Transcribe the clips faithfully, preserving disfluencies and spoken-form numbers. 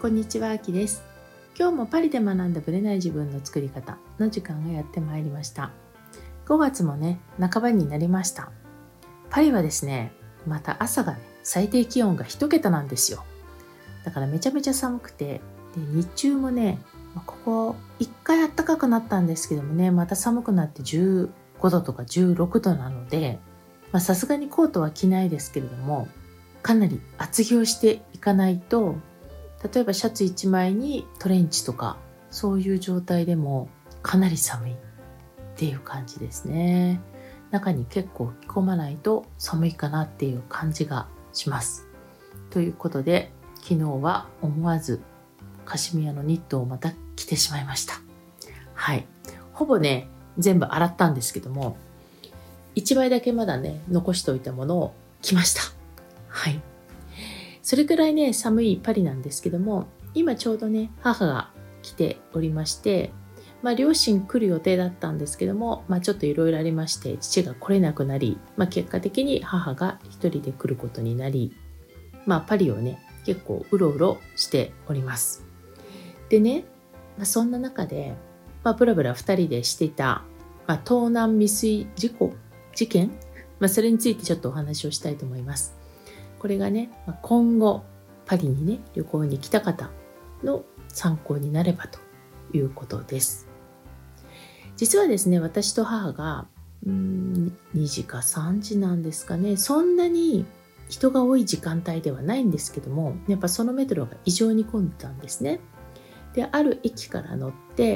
こんにちは、あきです。今日もパリで学んだブレない自分の作り方の時間がやってまいりました。ごがつもね、半ばになりました。パリはですね、また朝がね、最低気温がいちけたなんですよ。だからめちゃめちゃ寒くて、で日中もね、ここいっかい暖かくなったんですけどもね、また寒くなってじゅうごどとかじゅうろくどなので、さすがにコートは着ないですけれども、かなり厚着をしていかないと、例えばシャツいちまいにトレンチとかそういう状態でもかなり寒いっていう感じですね。中に結構着込まないと寒いかなっていう感じがします。ということで昨日は思わずカシミヤのニットをまた着てしまいました。はい。ほぼね全部洗ったんですけども、いちまいだけまだね残しておいたものを着ました。はい。それくらいね寒いパリなんですけども、今ちょうどね母が来ておりまして、まあ、両親来る予定だったんですけども、まあ、ちょっといろいろありまして父が来れなくなり、まあ、結果的に母が一人で来ることになり、まあ、パリをね結構うろうろしております。でね、まあ、そんな中で、まあ、ブラブラふたりでしていた、まあ、盗難未遂事故事件、まあ、それについてちょっとお話をしたいと思います。これがね、今後パリにね旅行に来た方の参考になればということです。実はですね、私と母がうーんにじかさんじなんですかね、そんなに人が多い時間帯ではないんですけども、やっぱそのメトロが異常に混んでたんですね。で、ある駅から乗って、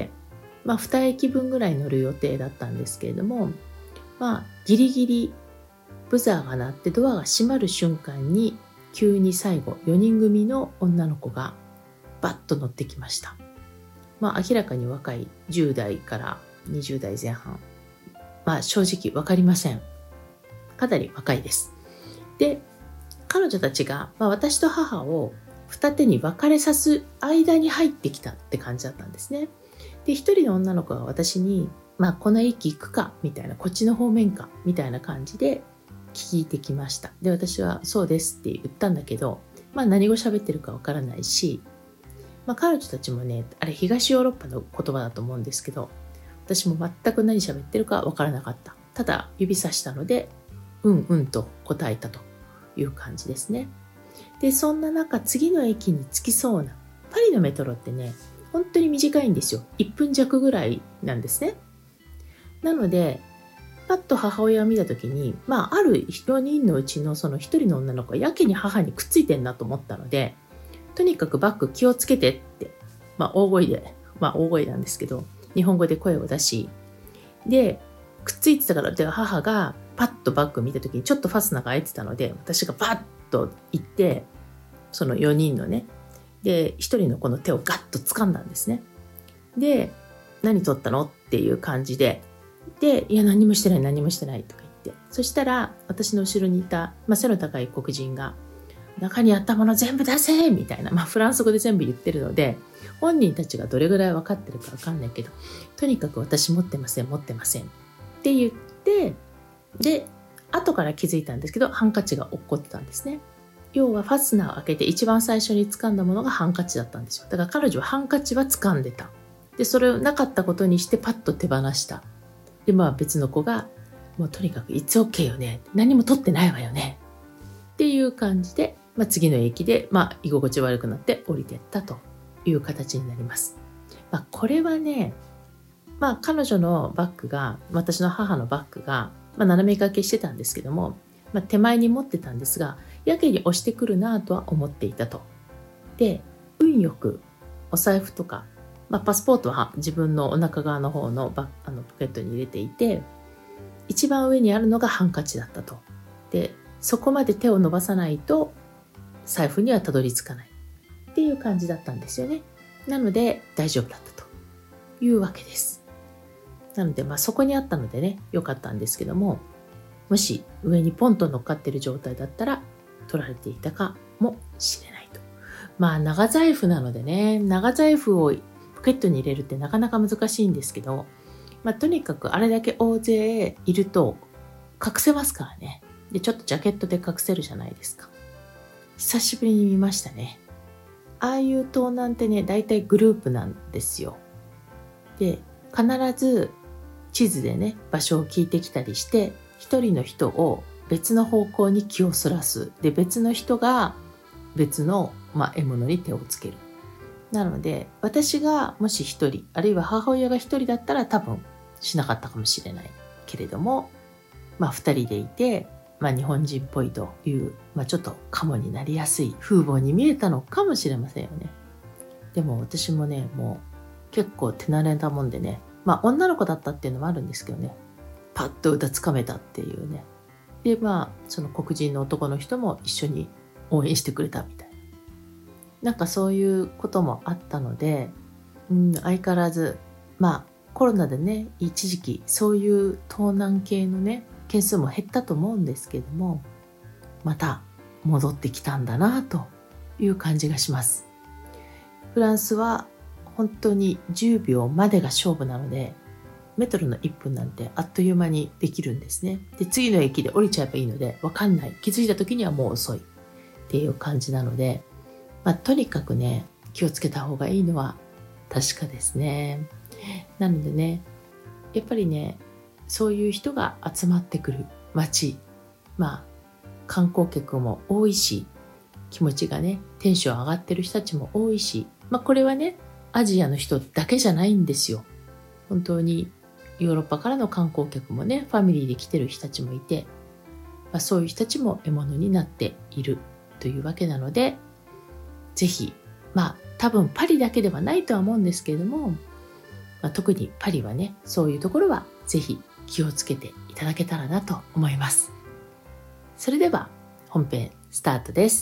まあ、にえきぶんぐらい乗る予定だったんですけれども、まあギリギリブザーが鳴ってドアが閉まる瞬間に急に最後よにん組の女の子がバッと乗ってきました。まあ明らかに若いじゅう代からにじゅう代前半、まあ正直わかりません。かなり若いです。で、彼女たちが、まあ、私と母を二手に分かれさす間に入ってきたって感じだったんですね。で、一人の女の子が私に、まあこの駅行くかみたいな、こっちの方面かみたいな感じで聞いてきました。で、私はそうですって言ったんだけど、まあ何語喋ってるかわからないし、まあ彼女たちもね、あれ東ヨーロッパの言葉だと思うんですけど、私も全く何喋ってるかわからなかった。ただ指さしたので、うんうんと答えたという感じですね。で、そんな中、次の駅に着きそうな、パリのメトロってね、本当に短いんですよ。いっぷん弱ぐらいなんですね。なので、パッと母親を見たときに、まあ、あるよにんのうちのそのひとりの女の子がやけに母にくっついてんなと思ったので、とにかくバッグ気をつけてって、まあ、大声で、まあ、大声なんですけど、日本語で声を出し、で、くっついてたから、で母がパッとバッグを見たときにちょっとファスナーが開いてたので、私がバッと行って、そのよにんのね、で、ひとりの子の手をガッと掴んだんですね。で、何取ったのっていう感じで、で、いや何もしてない何もしてないとか言って、そしたら私の後ろにいた、まあ、背の高い黒人が、中にあったもの全部出せみたいな、まあ、フランス語で全部言ってるので、本人たちがどれぐらい分かってるか分かんないけど、とにかく私持ってません持ってませんって言って、で後から気づいたんですけど、ハンカチが落っこってたんですね。要はファスナーを開けて一番最初に掴んだものがハンカチだったんですよ。だから彼女はハンカチは掴んでた。でそれをなかったことにしてパッと手放した。で、まあ別の子が、もうとにかく It's okay よね。何も取ってないわよね。っていう感じで、まあ、次の駅で、まあ、居心地悪くなって降りていったという形になります。まあ、これはね、まあ彼女のバッグが、私の母のバッグが、まあ、斜め掛けしてたんですけども、まあ、手前に持ってたんですが、やけに押してくるなとは思っていたと。で、運よくお財布とか、まあ、パスポートは自分のお腹側の方のバあのポケットに入れていて、一番上にあるのがハンカチだったと。で、そこまで手を伸ばさないと財布にはたどり着かないっていう感じだったんですよね。なので大丈夫だったというわけです。なので、まあ、そこにあったのでね、良かったんですけども、もし上にポンと乗っかってる状態だったら取られていたかもしれないと。まあ長財布なのでね、長財布をポケットに入れるってなかなか難しいんですけど、まあ、とにかくあれだけ大勢いると隠せますからね。で、ちょっとジャケットで隠せるじゃないですか。久しぶりに見ましたね。 ああいう盗難ってね、だいたいグループなんですよ。で、必ず地図でね、場所を聞いてきたりして、一人の人を別の方向に気をそらす。で、別の人が別の、まあ、獲物に手をつける。なので、私がもし一人、あるいは母親が一人だったら多分しなかったかもしれないけれども、まあ二人でいて、まあ日本人っぽいという、まあちょっとカモになりやすい風貌に見えたのかもしれませんよね。でも私もね、もう結構手慣れたもんでね、まあ女の子だったっていうのもあるんですけどね、パッと歌つかめたっていうね。で、まあその黒人の男の人も一緒に応援してくれたみたいな。なんかそういうこともあったので、うん、相変わらず、まあコロナでね、一時期そういう盗難系のね、件数も減ったと思うんですけども、また戻ってきたんだなという感じがします。フランスは本当にじゅうびょうまでが勝負なので、メトロのいっぷんなんてあっという間にできるんですね。で、次の駅で降りちゃえばいいので、わかんない。気づいた時にはもう遅いっていう感じなので、まあ、とにかくね、気をつけた方がいいのは確かですね。なのでね、やっぱりね、そういう人が集まってくる街、まあ観光客も多いし、気持ちがね、テンション上がってる人たちも多いし、まあこれはね、アジアの人だけじゃないんですよ。本当にヨーロッパからの観光客もね、ファミリーで来てる人たちもいて、まあ、そういう人たちも獲物になっているというわけなので、ぜひ、まあ多分パリだけではないとは思うんですけれども、まあ、特にパリはね、そういうところはぜひ気をつけていただけたらなと思います。それでは本編スタートです。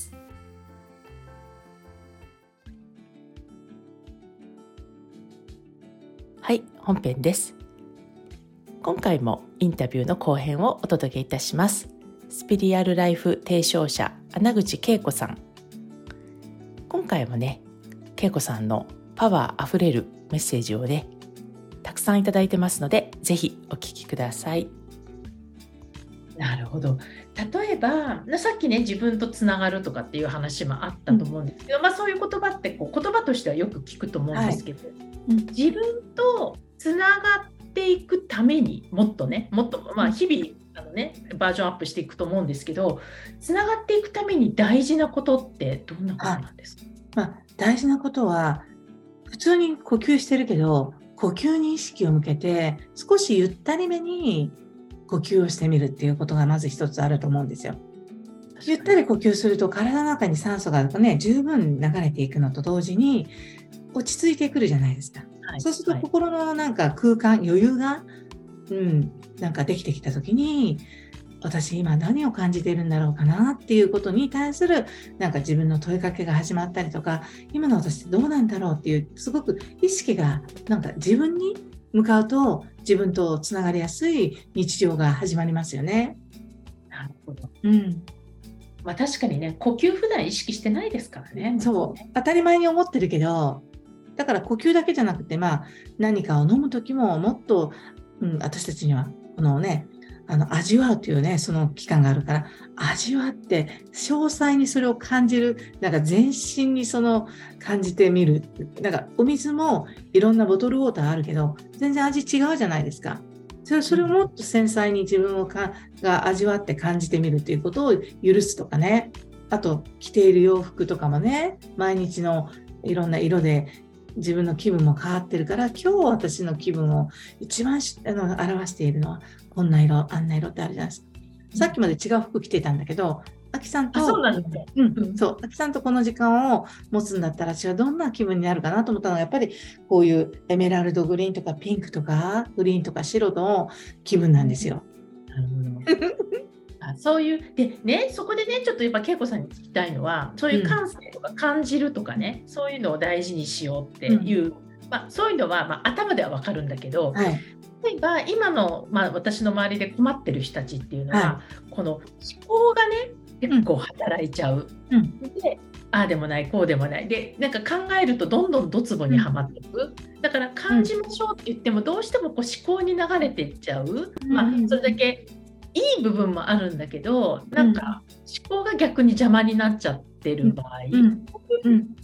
はい、本編です。今回もインタビューの後編をお届けいたします。スピリアルライフ提唱者穴口恵子さん。今回もね、恵子さんのパワーあふれるメッセージをね、たくさんいただいてますので、ぜひお聞きください。なるほど。例えばさっきね、自分とつながるとかっていう話もあったと思うんですけど、うん、まあ、そういう言葉ってこう言葉としてはよく聞くと思うんですけど、はい、うん、自分とつながっていくためにもっとね、もっと、まあ、日々あの、ね、バージョンアップしていくと思うんですけど、つながっていくために大事なことってどんなことなんですか？はい、 まあ、大事なことは、普通に呼吸してるけど、呼吸に意識を向けて少しゆったりめに呼吸をしてみるっていうことがまず一つあると思うんですよ。ゆったり呼吸すると体の中に酸素が、ね、十分流れていくのと同時に落ち着いてくるじゃないですか。はい、そうすると心のなんか空間、余裕が、うん、なんかできてきた時に、私今何を感じているんだろうかなっていうことに対するなんか自分の問いかけが始まったりとか、今の私ってどうなんだろうっていうすごく意識がなんか自分に向かうと、自分とつながりやすい日常が始まりますよね。 なるほど。 うん。 まあ確かにね、呼吸普段意識してないですからね。 そう、当たり前に思ってるけど、だから呼吸だけじゃなくて、まあ何かを飲む時ももっと、うん、私たちにはこのね、あの味わうというね、その期間があるから、味わって詳細にそれを感じる、なんか全身にその感じてみる。なんかお水もいろんなボトルウォーターあるけど、全然味違うじゃないですか。それそれをもっと繊細に自分をかが味わって感じてみるということを許すとかね。あと着ている洋服とかもね、毎日のいろんな色で自分の気分も変わってるから、今日私の気分を一番あの表しているのはこんな色、あんな色ってあるじゃないですか。さっきまで違う服着てたんだけど、あきさんと、 そうなんですね。 うん、そう、あきさんとこの時間を持つんだったら、私はどんな気分になるかなと思ったのが、やっぱりこういうエメラルドグリーンとかピンクとかグリーンとか白の気分なんですよ。 なるほど。あ、そういうでね、そこでね、ちょっとやっぱ恵子さんに聞きたいのは、そういう感性とか感じるとかね、うん、そういうのを大事にしようっていう、うん、まあ、そういうのは、まあ、頭ではわかるんだけど、はい、例えば今の、まあ、私の周りで困ってる人たちっていうのは、はい、この思考がね結構働いちゃう、うん、でああでもないこうでもないで、なんか考えるとどんどんドツボにはまっていく、うん、だから感じましょうって言ってもどうしてもこう思考に流れていっちゃう、うん、まあ、それだけいい部分もあるんだけど、なんか思考が逆に邪魔になっちゃってる場合、うんうんうん、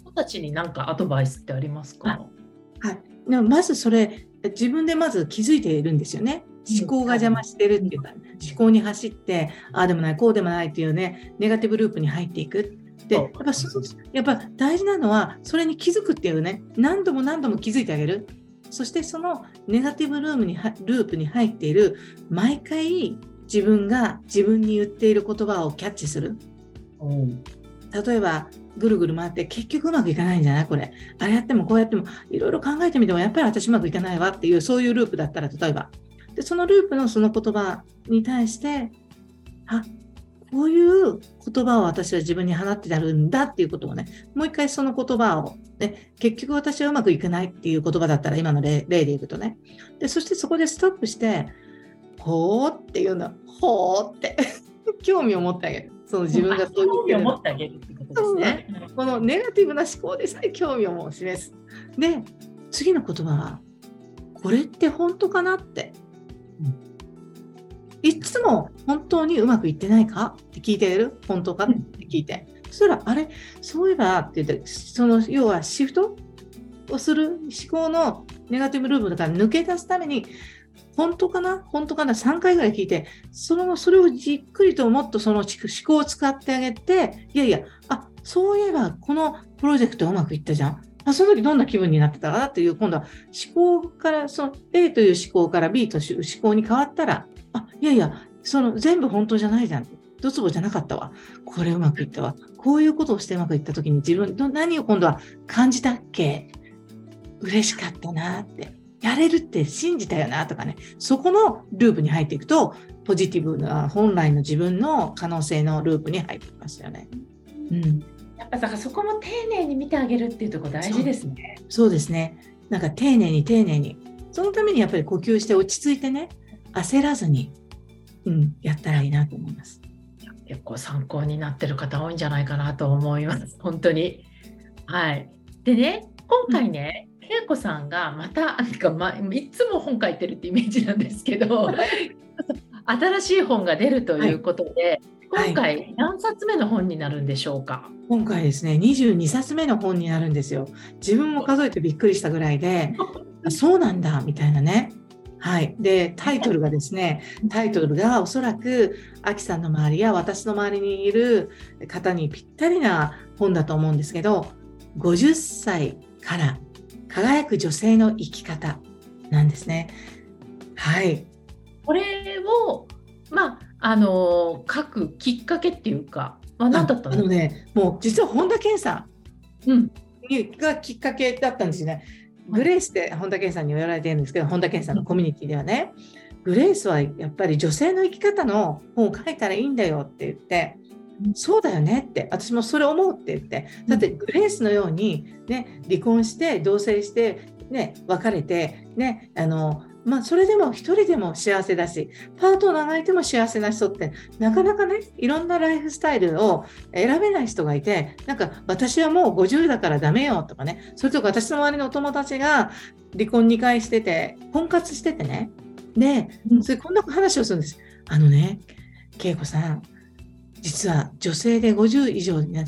人たちに何かアドバイスってありますか？ はい、でもまずそれ自分でまず気づいているんですよね。思考が邪魔してるっていうか、思考に走ってああでもないこうでもないっていうねネガティブループに入っていく。でやっぱそやっぱ大事なのはそれに気づくっていうね、何度も何度も気づいてあげる。そしてそのネガティブルームにループに入っている毎回自分が自分に言っている言葉をキャッチする。うん、例えばぐるぐる回って結局うまくいかないんじゃないこれ、あれやってもこうやってもいろいろ考えてみてもやっぱり私うまくいかないわっていう、そういうループだったら、例えばでそのループのその言葉に対して、あ、こういう言葉を私は自分に放ってやるんだっていうことをね、もう一回その言葉を、ね、結局私はうまくいかないっていう言葉だったら今の例でいくとね、でそしてそこでストップしてほーっていうの、ほーって興味を持ってあげる。その自分がそういう興味を持ってあげるってことですね。このネガティブな思考でさえ興味をもう示す。で、次の言葉はこれって本当かなって、うん、いつも本当にうまくいってないかって聞いてあげる。本当かって聞いて、うん、そしたらあれそういえばって言って、その要はシフトをする思考のネガティブループから抜け出すために、本当かな本当かなさんかいぐらい聞いて、そのそれをじっくりともっとその思考を使ってあげて、いやいや、あ、そういえばこのプロジェクトうまくいったじゃん。あ、その時どんな気分になってたかなっていう、今度は思考からその A という思考から B という思考に変わったら、あ、いやいや、その全部本当じゃないじゃん。ドツボじゃなかったわ。これうまくいったわ。こういうことをしてうまくいった時に自分の何を今度は感じたっけ？嬉しかったなって。やれるって信じたよなとかね、そこのループに入っていくと、ポジティブな本来の自分の可能性のループに入ってきますよね。 うん、やっぱだからそこも丁寧に見てあげるっていうところ大事ですね。 そう、そうですね。なんか丁寧に丁寧に。そのためにやっぱり呼吸して落ち着いてね、焦らずに、うん、やったらいいなと思います。 結構参考になってる方多いんじゃないかなと思います。本当に。はい。でね、今回ね、うん、恵子さんがまたなんか、ま、いつも本書いてるってイメージなんですけど新しい本が出るということで、はい、今回何冊目の本になるんでしょうか？ 今回ですねにじゅうにさつめの本になるんですよ。自分も数えてびっくりしたぐらいでそうなんだみたいなね。はい、でタイトルがですねタイトルがおそらくあきさんの周りや私の周りにいる方にぴったりな本だと思うんですけど、ごじゅっさいから輝く女性の生き方なんですね。はい。 これをまああの書くきっかけっていうか、まあ、何だったの？ あのね、もう実は本田健さん、うん、がきっかけだったんですよね。グレースって本田健さんに言われているんですけど、本田健さんのコミュニティではね、グレースはやっぱり女性の生き方の本を書いたらいいんだよって言って、そうだよねって、私もそれ思うって言って、だってグレースのように、ね、離婚して同棲して、ね、別れて、ね、あのまあ、それでも一人でも幸せだし、パートナーがいても幸せな人ってなかなかね、いろんなライフスタイルを選べない人がいて、なんか私はもうごじゅうだからダメよとかね、それとか私の周りのお友達が離婚にかいしてて婚活しててね、でそれこんな話をするんです。あのね、恵子さん、実は女性でごじゅう以上になって、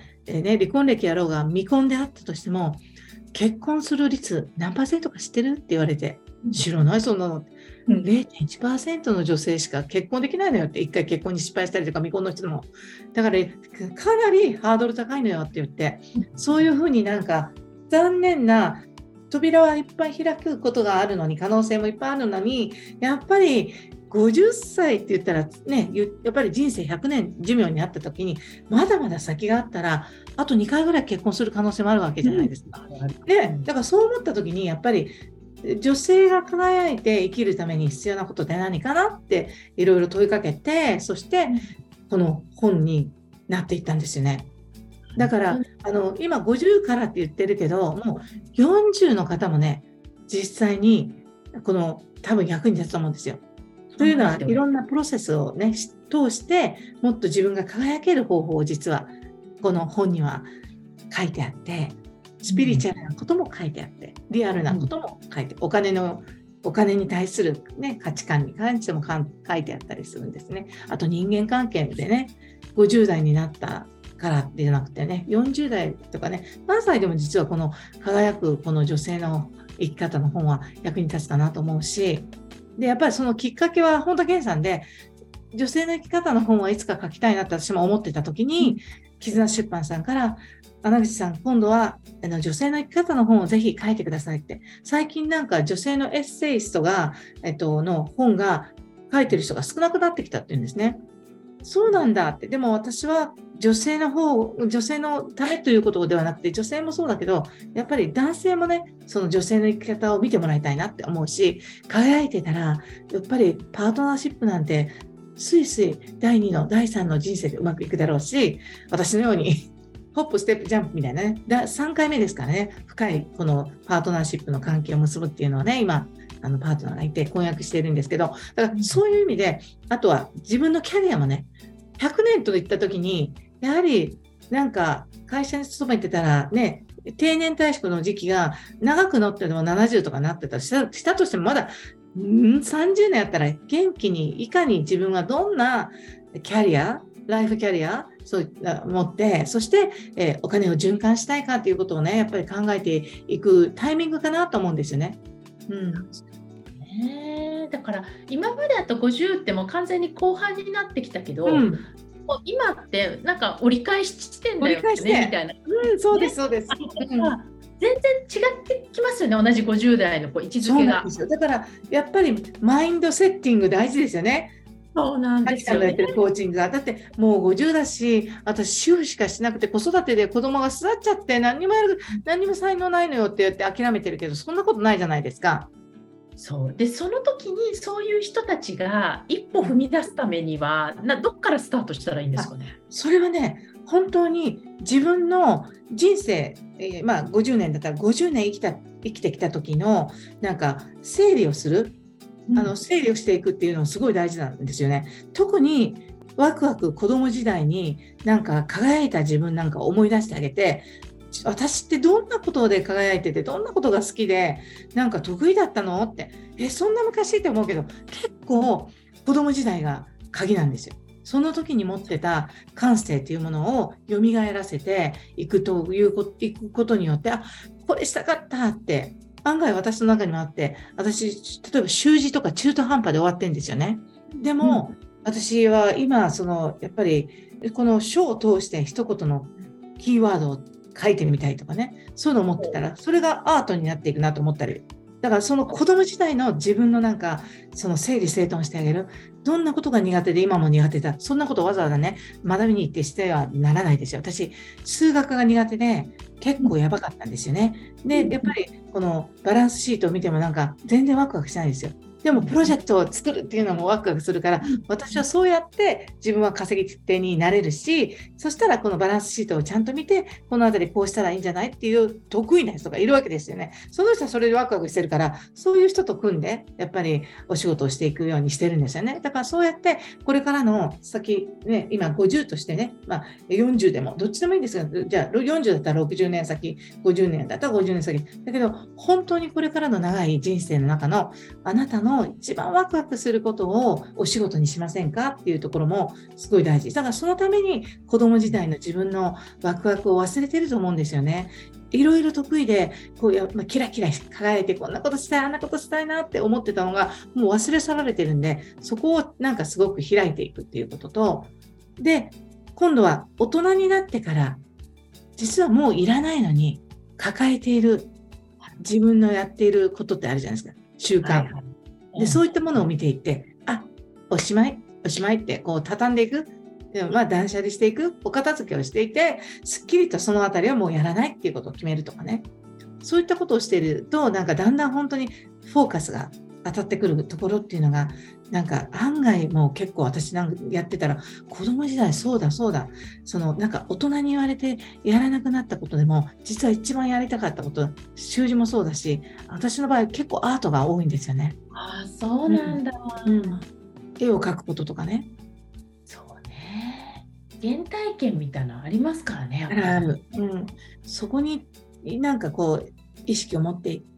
えーね、離婚歴やろうが未婚であったとしても結婚する率何パーセントか知ってるって言われて、知らないそんなの、うん、れいてんいちパーセント の女性しか結婚できないのよって、一回結婚に失敗したりとか未婚の人でもだからかなりハードル高いのよって言って、そういうふうになんか残念な扉はいっぱい開くことがあるのに、可能性もいっぱいあるのに、やっぱりごじゅっさいって言ったらね、やっぱり人生ひゃくねん寿命になった時にまだまだ先があったらあとにかいぐらい結婚する可能性もあるわけじゃないですか、うん、でだからそう思った時にやっぱり女性が輝いて生きるために必要なことって何かなっていろいろ問いかけて、そしてこの本になっていったんですよね。だからあの今ごじゅうからって言ってるけど、もうよんじゅうの方もね実際にこの多分役に立つと思うんですよ。というのはいろんなプロセスをね通してもっと自分が輝ける方法を実はこの本には書いてあって、スピリチュアルなことも書いてあって、リアルなことも書いて、お金のお金に対する、ね、価値観に関しても書いてあったりするんですね。あと人間関係でね、ごじゅう代になったからってじゃなくてね、よんじゅう代とかね、何歳でも実はこの輝くこの女性の生き方の本は役に立つかなと思うし、で、やっぱりそのきっかけは本田健さんで、女性の生き方の本はいつか書きたいなって私も思ってた時に、絆出版さんから穴口さん、今度はあの女性の生き方の本をぜひ書いてくださいって、最近なんか女性のエッセイストが、えっと、の本が書いてる人が少なくなってきたっていうんですね。そうなんだって。でも私は女性の方、女性のためということではなくて、女性もそうだけど、やっぱり男性もね、その女性の生き方を見てもらいたいなって思うし、輝いてたら、やっぱりパートナーシップなんて、すいすいだいにの、だいさんの人生でうまくいくだろうし、私のように、ホップ、ステップ、ジャンプみたいなね、ださんかいめですからね、深いこのパートナーシップの関係を結ぶっていうのはね、今、あのパートナーがいて婚約しているんですけど、だからそういう意味で、あとは自分のキャリアもね、ひゃくねんといったときに、やはりなんか会社に勤めてたらね、定年退職の時期が長くなってでもななじゅうとかなってたらしたしたとしてもまだんさんじゅうねんあったら元気にいかに自分がどんなキャリア、ライフキャリアそういった持って、そして、えー、お金を循環したいかということをね、やっぱり考えていくタイミングかなと思うんですよね。うんね、だから今までだとごじゅうってもう完全に後半になってきたけど、 うん、 もう今ってなんか折り返し地点だよねみたいな、 うん、そうですそうです、 ね、うん、全然違ってきますよね、同じごじゅう代のこう位置づけが。そうなんですよ。 だからやっぱりマインドセッティング大事ですよね。 そうなんですよね。 やってるコーチングがだってもうごじゅうだし、私主婦しかしなくて子育てで子供が育っちゃって何にもやる何にも才能ないのよって言って諦めてるけど、そんなことないじゃないですか。 そうで、その時にそういう人たちが一歩踏み出すためにはなどっからスタートしたらいいんですかね。 それはね、本当に自分の人生、えー、まあごじゅうねんだったらごじゅうねん生きた生きてきた時のなんか整理をする、うん、あの整理をしていくっていうのはすごい大事なんですよね。特にワクワク子供時代になんか輝いた自分なんか思い出してあげて、私ってどんなことで輝いててどんなことが好きでなんか得意だったのってえそんな昔って思うけど、結構子供時代が鍵なんですよ。その時に持ってた感性というものを蘇らせていくということ、いくことによって、あ、これしたかったって案外私の中にもあって、私例えば習字とか中途半端で終わってるんですよね。でも、うん、私は今そのやっぱりこの書を通して一言のキーワードを書いてみたいとかね、そういうのを思ってたらそれがアートになっていくなと思ったり、だからその子供時代の自分のなんかその整理整頓してあげる、どんなことが苦手で今も苦手だ、そんなことをわざわざね学びに行ってしてはならないですよ。私数学が苦手で結構やばかったんですよね。でやっぱりこのバランスシートを見てもなんか全然ワクワクしないんですよ。でもプロジェクトを作るっていうのもワクワクするから、私はそうやって自分は稼ぎ手になれるし、そしたらこのバランスシートをちゃんと見て、このあたりこうしたらいいんじゃないっていう得意な人がいるわけですよね。その人はそれでワクワクしてるから、そういう人と組んでやっぱりお仕事をしていくようにしてるんですよね。だからそうやってこれからの先ね、今ごじゅうとしてね、まあ、よんじゅうでもどっちでもいいんですが、じゃあよんじゅうだったらろくじゅうねん先、ごじゅうねんだったらごじゅうねん先だけど、本当にこれからの長い人生の中のあなたの一番ワクワクすることをお仕事にしませんかっていうところもすごい大事。だからそのために子供時代の自分のワクワクを忘れてると思うんですよね。いろいろ得意でこうや、まあ、キラキラ輝いてこんなことしたいあんなことしたいなって思ってたのがもう忘れ去られてるんで、そこをなんかすごく開いていくっていうことと、で今度は大人になってから実はもういらないのに抱えている自分のやっていることってあるじゃないですか、習慣、はいはい、でそういったものを見ていって、あ、おしまいおしまいってこう畳んでいく、でもまあ断捨離していく、お片付けをしていて、すっきりとそのあたりはもうやらないっていうことを決めるとかね、そういったことをしているとなんかだんだん本当にフォーカスが当たってくるところっていうのがなんか案外もう結構私なんかやってたら子供時代そうだそうだ、そのなんか大人に言われてやらなくなったことでも実は一番やりたかったこと、習字もそうだし、私の場合結構アートが多いんですよね。 ああ、そうなんだ、 うんうん、絵を描くこととかね。 そうね、原体験みたいなのありますからね、やっぱり。 ある、うん、そこになんかこう意識を持っていって、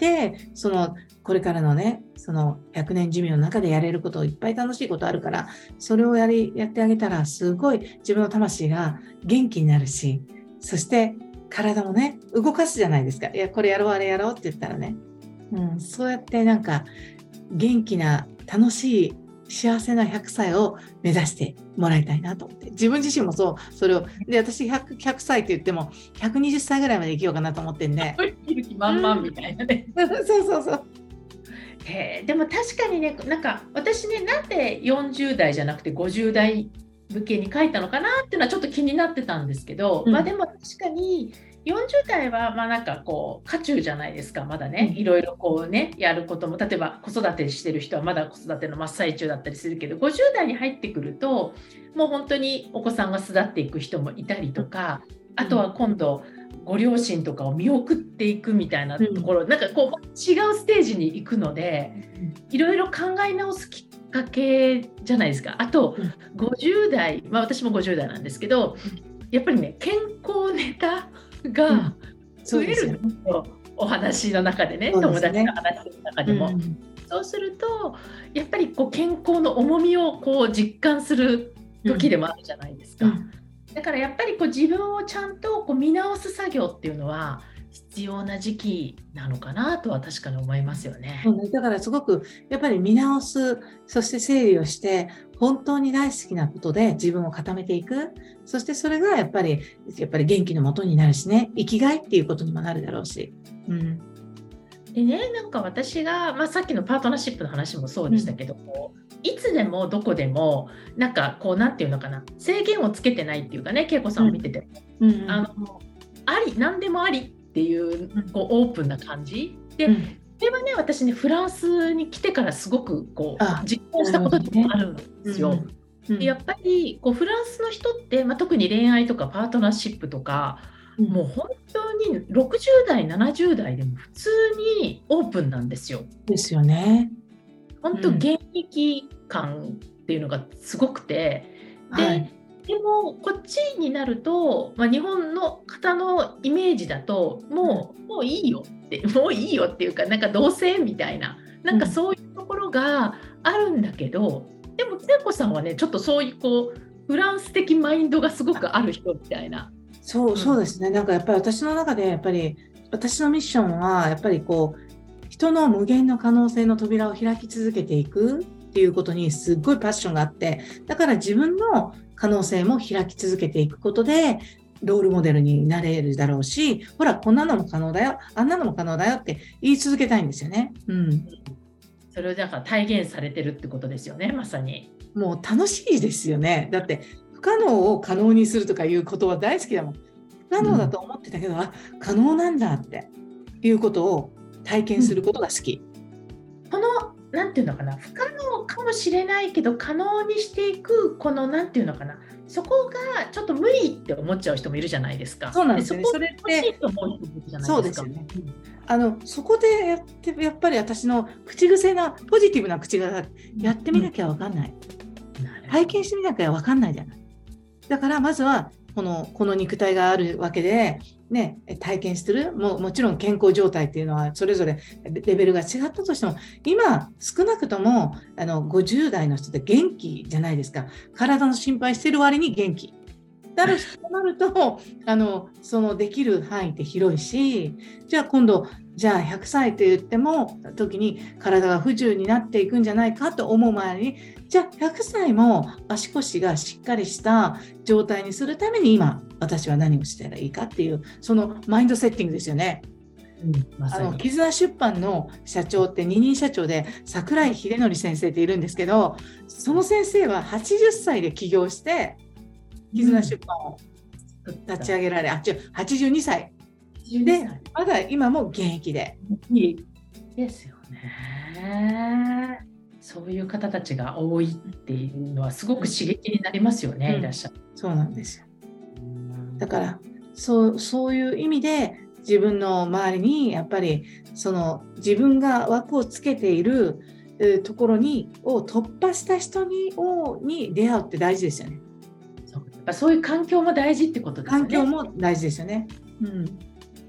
そのこれからのね、そのひゃくねん寿命の中でやれることいっぱい楽しいことあるから、それをやりやってあげたらすごい自分の魂が元気になるし、そして体もね動かすじゃないですか。いやこれやろうあれやろうって言ったらね、うん、そうやってなんか元気な楽しい幸せなひゃくさいを目指してもらいたいなと思って、自分自身もそうそれをで、私 100, ひゃくさいって言ってもひゃくにじゅっさいぐらいまで生きようかなと思ってんで、 生きる気満々みたいなね。 そうそうそう。 へえ、でも確かにね、なんか私ね、なんでよんじゅう代じゃなくてごじゅう代向けに書いたのかなっていうのはちょっと気になってたんですけど、うん、まあでも確かによんじゅう代はまあなんかこう渦中じゃないですか、まだね、いろいろこうねやることも、例えば子育てしてる人はまだ子育ての真っ最中だったりするけど、ごじゅう代に入ってくるともう本当にお子さんが巣立っていく人もいたりとか、あとは今度ご両親とかを見送っていくみたいなところ、うん、なんかこう違うステージに行くので、いろいろ考え直すきっかけじゃないですか。あとごじゅう代、まあ私もごじゅう代なんですけど、やっぱりね健康ネタが増えるんですよ、お話の中でね、友達の話の中でも。うん、そうするとやっぱりこう健康の重みをこう実感する時でもあるじゃないですか。うんうん、だからやっぱりこう自分をちゃんとこう見直す作業っていうのは必要な時期なのかなとは確かに思いますよね。 そうね、だからすごくやっぱり見直す、そして整理をして本当に大好きなことで自分を固めていく、そしてそれがやっぱりやっぱり元気の元になるしね、生きがいっていうことにもなるだろうし、うん、 でね、なんか私が、まあ、さっきのパートナーシップの話もそうでしたけど、うん、こういつでもどこでもなんかこうなんていうのかな、制限をつけてないっていうかね、恵子さんを見てて、うんうん、あのあり何でもありっていう、こうオープンな感じで、うん、これはね私ねフランスに来てからすごくこう実感したことでもあるんですよ。うんうん、でやっぱりこうフランスの人って、まあ、特に恋愛とかパートナーシップとか、うん、もう本当にろくじゅう代ななじゅう代でも普通にオープンなんですよ。 ですよね。 本当現役感っていうのがすごくて、うん、で、はい、でもこっちになると、まあ、日本の方のイメージだともう、うん、もういいよってもういいよっていうか、なんか同性みたいな、なんかそういうところがあるんだけど、うん、でも恵子さんはねちょっとそういうこうフランス的マインドがすごくある人みたいな。 そう、そうですね。なんかやっぱり私の中でやっぱり私のミッションはやっぱりこう人の無限の可能性の扉を開き続けていくっていうことにすっごいパッションがあって、だから自分の可能性も開き続けていくことでロールモデルになれるだろうし、ほらこんなのも可能だよ、あんなのも可能だよって言い続けたいんですよね。うん、 それをだから体現されてるってことですよね、まさに。 もう楽しいですよね。だって不可能を可能にするとかいう言葉大好きだもん。不可能だと思ってたけど、うん、あ、可能なんだっていうことを体験することが好き。 うん、このなんていうのかな、不可能かもしれないけど可能にしていく、このなんていうのかな、そこがちょっと無理って思っちゃう人もいるじゃないですか。 そうなんですよね。 そこそれってそうですよね。あのそこでやってやっぱり私の口癖なポジティブな口がやってみなきゃ分かんない、うん、体験してみなきゃ分かんないじゃない。だからまずはこのこの肉体があるわけで、ね、体験する も, もちろん健康状態っていうのはそれぞれレベルが違ったとしても、今少なくともあのごじゅう代の人って元気じゃないですか。体の心配してる割に元気なるとなるとあのそのできる範囲って広いし、じゃあ今度じゃあひゃくさいって言っても時に体が不自由になっていくんじゃないかと思う前に、じゃあひゃくさいも足腰がしっかりした状態にするために今私は何をしたらいいかっていう、そのマインドセッティングですよね。うん、まさにあの絆出版の社長って二人社長で櫻井秀則先生っているんですけど、その先生ははちじゅっさいで起業して絆出版を立ち上げられ、うん、あ、違う、はちじゅうにさいでまだ今も現役でいいですよね。そういう方たちが多いっていうのはすごく刺激になりますよね、うん、いらっしゃる。 そうなんですよ。だからそう、そういう意味で自分の周りにやっぱりその自分が枠をつけているところにを突破した人にをに出会うって大事ですよね。 そう、やっぱそういう環境も大事ってことですよね。 環境も大事ですよね。うん。 恵子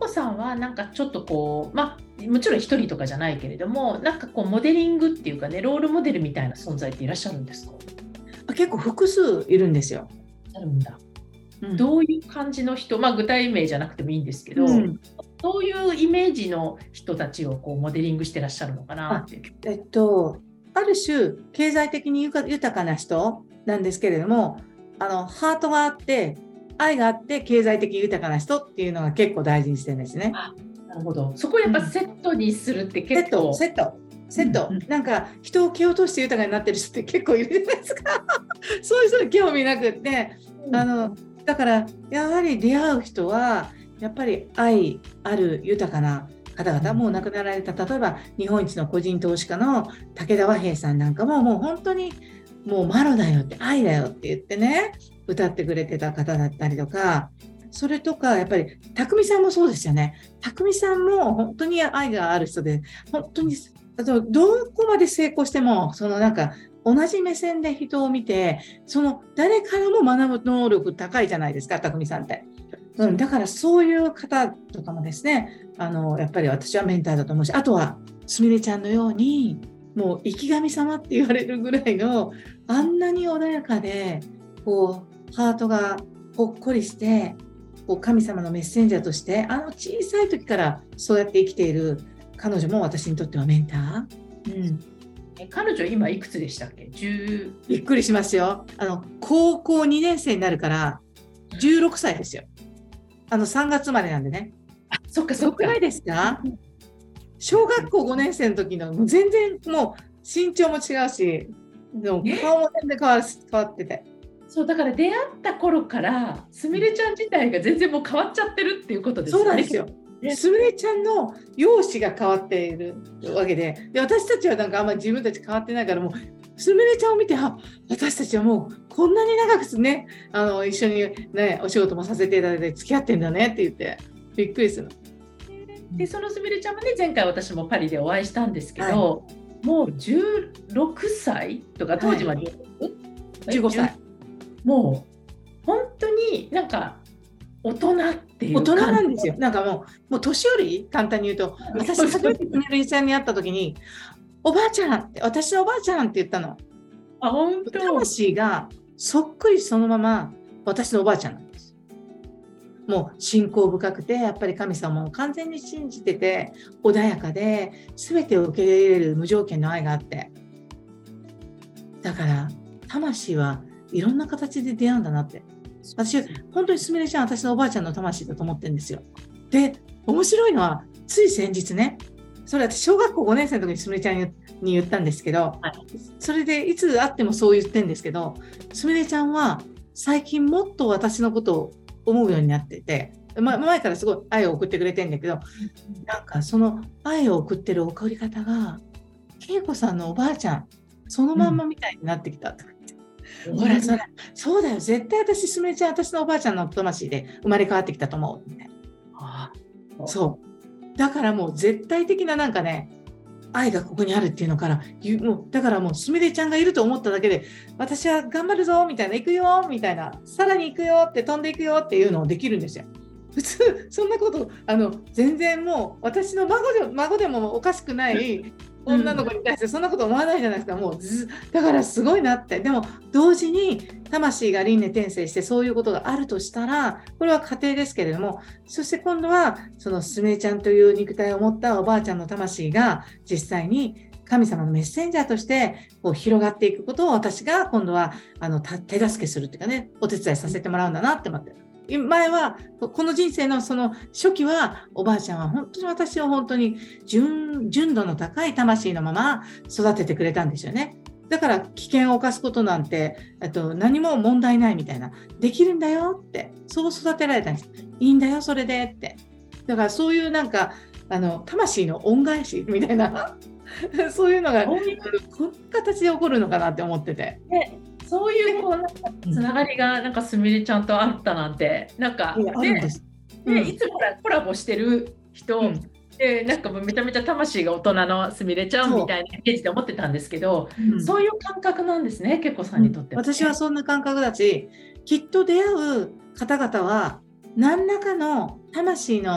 子さんはなんかちょっとこう、まあ、もちろん一人とかじゃないけれども、なんかこうモデリングっていうかね、ロールモデルみたいな存在っていらっしゃるんですか？ 結構複数いるんですよ。 あるんだ。 うん、 どういう感じの人、まあ、具体名じゃなくてもいいんですけど、 うん、 どういうイメージの人たちをこうモデリングしてらっしゃるのかなあ、 っていう。 えっと、ある種経済的に豊かな人なんですけれども、あのハートがあって愛があって経済的豊かな人っていうのが結構大事にしてるんですね。 あ、なるほど。そこをやっぱセットにするってセット、 結構、 セット、セット、 うんうん、 なんか人を蹴落として豊かになってる人って結構いるじゃないですか。そういう人に興味なくって、あのだからやはり出会う人はやっぱり愛ある豊かな方々、もう亡くなられた、例えば日本一の個人投資家の武田和平さんなんかも、もう本当にもうマロだよって愛だよって言ってね歌ってくれてた方だったりとか、それとかやっぱり匠さんもそうですよね。匠さんも本当に愛がある人で、本当にあとどこまで成功してもそのなんか同じ目線で人を見て、その誰からも学ぶ能力高いじゃないですか、匠さんって。うん、だからそういう方とかもですね、あのやっぱり私はメンターだと思うし、あとはすみれちゃんのようにもう生き神様って言われるぐらいのあんなに穏やかでこうハートがほっこりしてこう神様のメッセンジャーとしてあの小さい時からそうやって生きている彼女も私にとってはメンター。うん、 え彼女今いくつでしたっけ？じゅうびっくりしますよ。あの高校にねん生になるからじゅうろくさいですよ。あのさんがつ生まれなんでね。 あ、そっかすそっか。 ごくないですか？小学校ごねん生の時のもう全然もう身長も違うし、でも顔も全然変わ変わってて。 そうだから出会った頃からすみれちゃん自体が全然もう変わっちゃってるっていうことですよね。 そうなんですよ。すみれちゃんの容姿が変わっているわけで、で私たちはなんかあんまり自分たち変わってないから、もうすみれちゃんを見て、あ、私たちはもうこんなに長くね、あの一緒にねお仕事もさせていただいて付き合ってんだねって言ってびっくりする。 でそのすみれちゃんもね、前回私もパリでお会いしたんですけど、はい、もうじゅうろくさいとか当時は、はい、 じゅうごさい、 もう本当になんか大人っていう大人なんですよ。なんかもう、もう年寄り、簡単に言うと、私初めてすみれちゃんに会った時に、おばあちゃんって、私のおばあちゃんって言ったの。 あ、本当。 魂がそっくりそのまま私のおばあちゃんなんです。もう信仰深くて、やっぱり神様を完全に信じてて、穏やかで、全てを受け入れる無条件の愛があって。だから、魂はいろんな形で出会うんだなって。私、本当にすみれちゃん、私のおばあちゃんの魂だと思ってるんですよ。で、面白いのは、つい先日ね、それ私、小学校ごねん生の時にすみれちゃんに言ったんですけど、はい、それでいつ会ってもそう言ってるんですけど、すみれちゃんは最近もっと私のことを思うようになってて、ま、前からすごい愛を送ってくれてるんだけど、なんかその愛を送ってる送り方が、恵子さんのおばあちゃん、そのまんまみたいになってきたとか。うん、ほらそらそうだよ、絶対私すみれちゃん、私のおばあちゃんの魂で生まれ変わってきたと思うみたいな。ああ、そうだからもう絶対的ななんかね、愛がここにあるっていうのから、もうだからもうすみれちゃんがいると思っただけで、私は頑張るぞみたいな、行くよみたいな、さらに行くよって、飛んでいくよっていうのをできるんですよ。普通そんなことあの全然もう私の孫で孫でもおかしくない女の子に対してそんなこと思わないじゃないですか。もうずだからすごいなって。でも同時に魂が輪廻転生してそういうことがあるとしたら、これは家庭ですけれども、そして今度はそのすみれちゃんという肉体を持ったおばあちゃんの魂が実際に神様のメッセンジャーとしてこう広がっていくことを、私が今度はあの手助けするっていうかね、お手伝いさせてもらうんだなって思って。前はこの人生のその初期はおばあちゃんは本当に私を本当に 純, 純度の高い魂のまま育ててくれたんですよね。だから危険を冒すことなんてあと何も問題ないみたいな、できるんだよって、そう育てられたんです。いいんだよそれでって。だからそういうなんかあの魂の恩返しみたいなそういうのがこんな形で起こるのかなって思ってて、 ね、そういうこうなんかつながりがなんかすみれちゃんとあったなんて、なんかね、ね、いつもコラボしてる人、うん、でなんかもうめちゃめちゃ魂が大人のすみれちゃんみたいなイメージで思ってたんですけど、そう、うん、そういう感覚なんですね、けっこさんにとっては、ね、 うん、私はそんな感覚だし、きっと出会う方々は何らかの魂の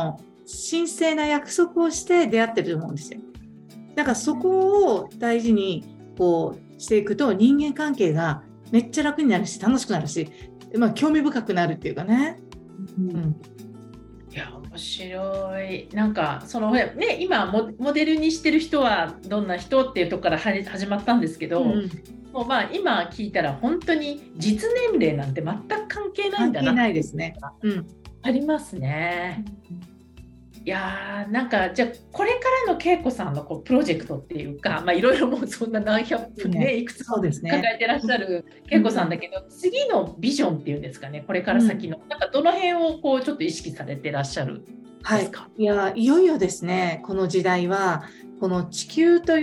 神聖な約束をして出会ってると思うんですよ。だからそこを大事にこうしていくと、人間関係がめっちゃ楽になるし、楽しくなるし、まあ、興味深くなるっていうかね。 うん、いや面白い。なんかそのね、今モモデルにしてる人はどんな人っていうところから始まったんですけど、うん、もうまあ今聞いたら本当に実年齢なんて全く関係ないんだな。 関係ないですね。うん、 ありますね。いやーなんかじゃあこれからの恵子さんのこうプロジェクトっていうか、まあいろいろもうそんな何百分ね、ねいくつも抱えてらっしゃる恵子さんだけど、うん、次のビジョンっていうんですかね、これから先の、うん、なんかどの辺をこうちょっと意識されてらっしゃるんですか？ はい、いやいよいよですね、この時代はこの地球という、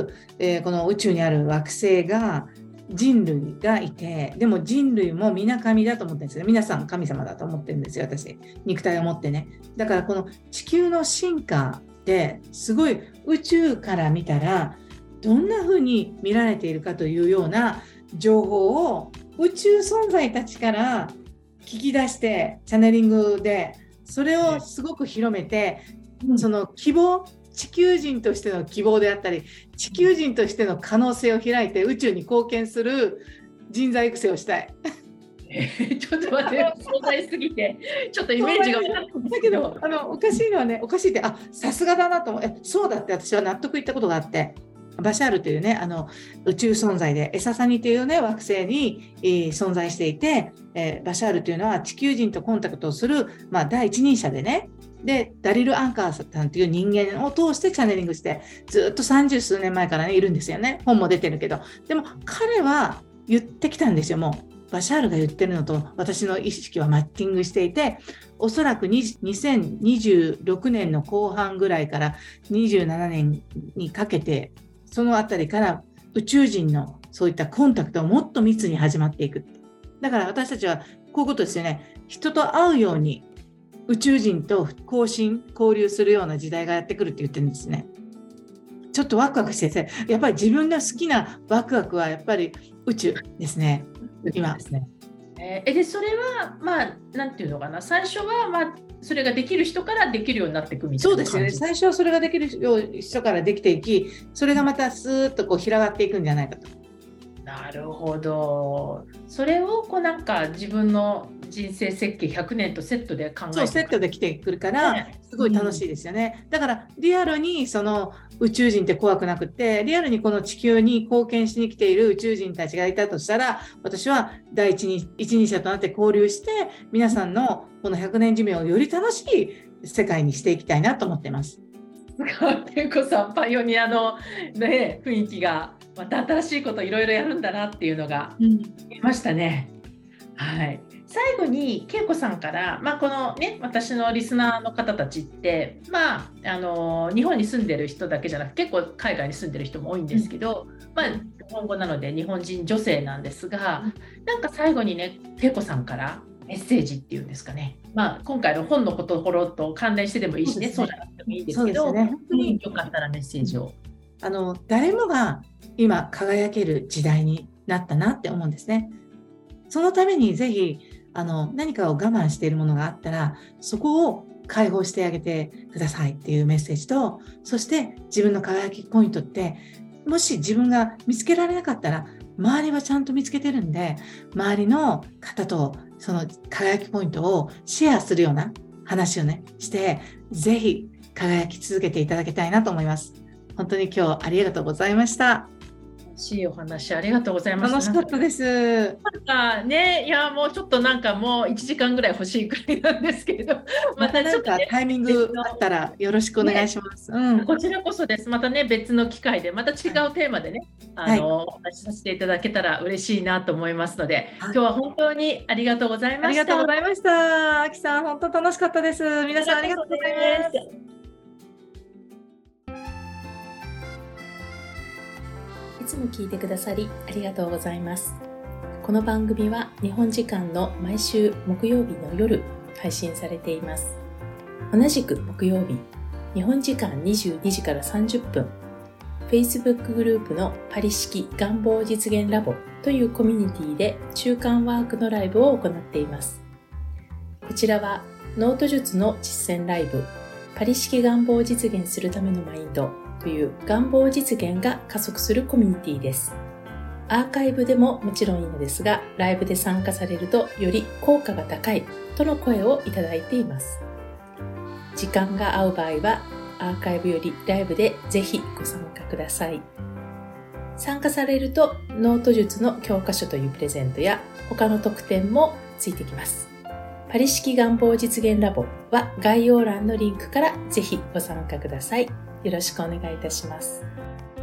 えー、この宇宙にある惑星が人類がいて、でも人類も皆神だと思ってるんですよ。皆さん神様だと思ってるんですよ、私。肉体を持ってね。だからこの地球の進化ってすごい宇宙から見たらどんな風に見られているかというような情報を宇宙存在たちから聞き出して、チャネリングでそれをすごく広めて、うん、その希望、地球人としての希望であったり、地球人としての可能性を開いて宇宙に貢献する人材育成をしたい。 えー、ちょっと待って、壮大すぎてちょっとイメージが分かんないんですけど、 あのおかしいのはね、おかしいって、あ、さすがだなと思う。え、そうだって私は納得いったことがあって、バシャールというね、あの宇宙存在でエササニというね惑星に、えー、存在していて、えー、バシャールというのは地球人とコンタクトをする、まあ、第一人者でね、でダリル・アンカーさんという人間を通してチャネリングしてずっと三十数年前から、ね、いるんですよね。本も出てるけど、でも彼は言ってきたんですよ。もうバシャールが言ってるのと私の意識はマッチングしていて、おそらくにせんにじゅうろくねんの後半ぐらいからにじゅうななねんにかけて、そのあたりから宇宙人のそういったコンタクトをもっと密に始まっていく。だから私たちはこういうことですよね。人と会うように宇宙人と交信交流するような時代がやってくるって言ってるんですね。ちょっとワクワクしてて、やっぱり自分の好きなワクワクはやっぱり宇宙ですね。今ですね。 えー、でそれはまあなんていうのかな、最初はまあそれができる人からできるようになっていくみたいな感じ。 そうですよね。最初はそれができる人からできていき、それがまたスーッとこう広がっていくんじゃないかと。 なるほど。それをこうなんか自分の人生設計ひゃくねんとセットで考えて、 そうセットで来てくるからすごい楽しいですよね。うん、だからリアルにその宇宙人って怖くなくて、リアルにこの地球に貢献しに来ている宇宙人たちがいたとしたら、私は第一人一人者となって交流して皆さんのこのひゃくねん寿命をより楽しい世界にしていきたいなと思っています。 恵子さんパイオニアの、ね、雰囲気がまた新しいこといろいろやるんだなっていうのが見ましたね。うん、はい。最後に恵子さんから、まあ、このね私のリスナーの方たちって、まあ、あの日本に住んでる人だけじゃなくて結構海外に住んでる人も多いんですけど、うん、まあ、日本語なので日本人女性なんですが、うん、なんか最後にね恵子さんからメッセージっていうんですかね、まあ、今回の本のところと関連してでもいいしね、そうじゃなくてもいいんですけど、ね、本当によかったらメッセージを。 あの誰もが今輝ける時代になったなって思うんですね。そのためにぜひあの何かを我慢しているものがあったら、そこを解放してあげてくださいっていうメッセージと、そして自分の輝きポイントって、もし自分が見つけられなかったら周りはちゃんと見つけてるんで、周りの方とその輝きポイントをシェアするような話をねしてぜひ輝き続けていただきたいなと思います。本当に今日ありがとうございました。 楽しいお話ありがとうございます。 楽しかったです。 なんかね、いやもうちょっとなんかもういちじかんぐらい欲しいくらいなんですけれど、 またちょっと、ね、タイミングあったらよろしくお願いします。ね、 うん、こちらこそです。またね別の機会でまた違うテーマでね、はい、あの、はい、お話しさせていただけたら嬉しいなと思いますので、はい、今日は本当にありがとうございました。 ありがとうございました。あきさん本当楽しかったです。皆さんありがとうございます。 いつも聞いてくださりありがとうございます。この番組は日本時間の毎週木曜日の夜配信されています。同じく木曜日、日本時間にじゅうにじからさんじゅっぷん、Facebook グループのパリ式願望実現ラボというコミュニティで中間ワークのライブを行っています。こちらはノート術の実践ライブ、 パリ式願望を実現するためのマインドという願望実現が加速するコミュニティです。アーカイブでももちろんいいのですが、ライブで参加されるとより効果が高いとの声をいただいています。時間が合う場合はアーカイブよりライブでぜひご参加ください。参加されるとノート術の教科書というプレゼントや他の特典もついてきます。パリ式願望実現ラボは概要欄のリンクからぜひご参加ください。よろしくお願いいたします。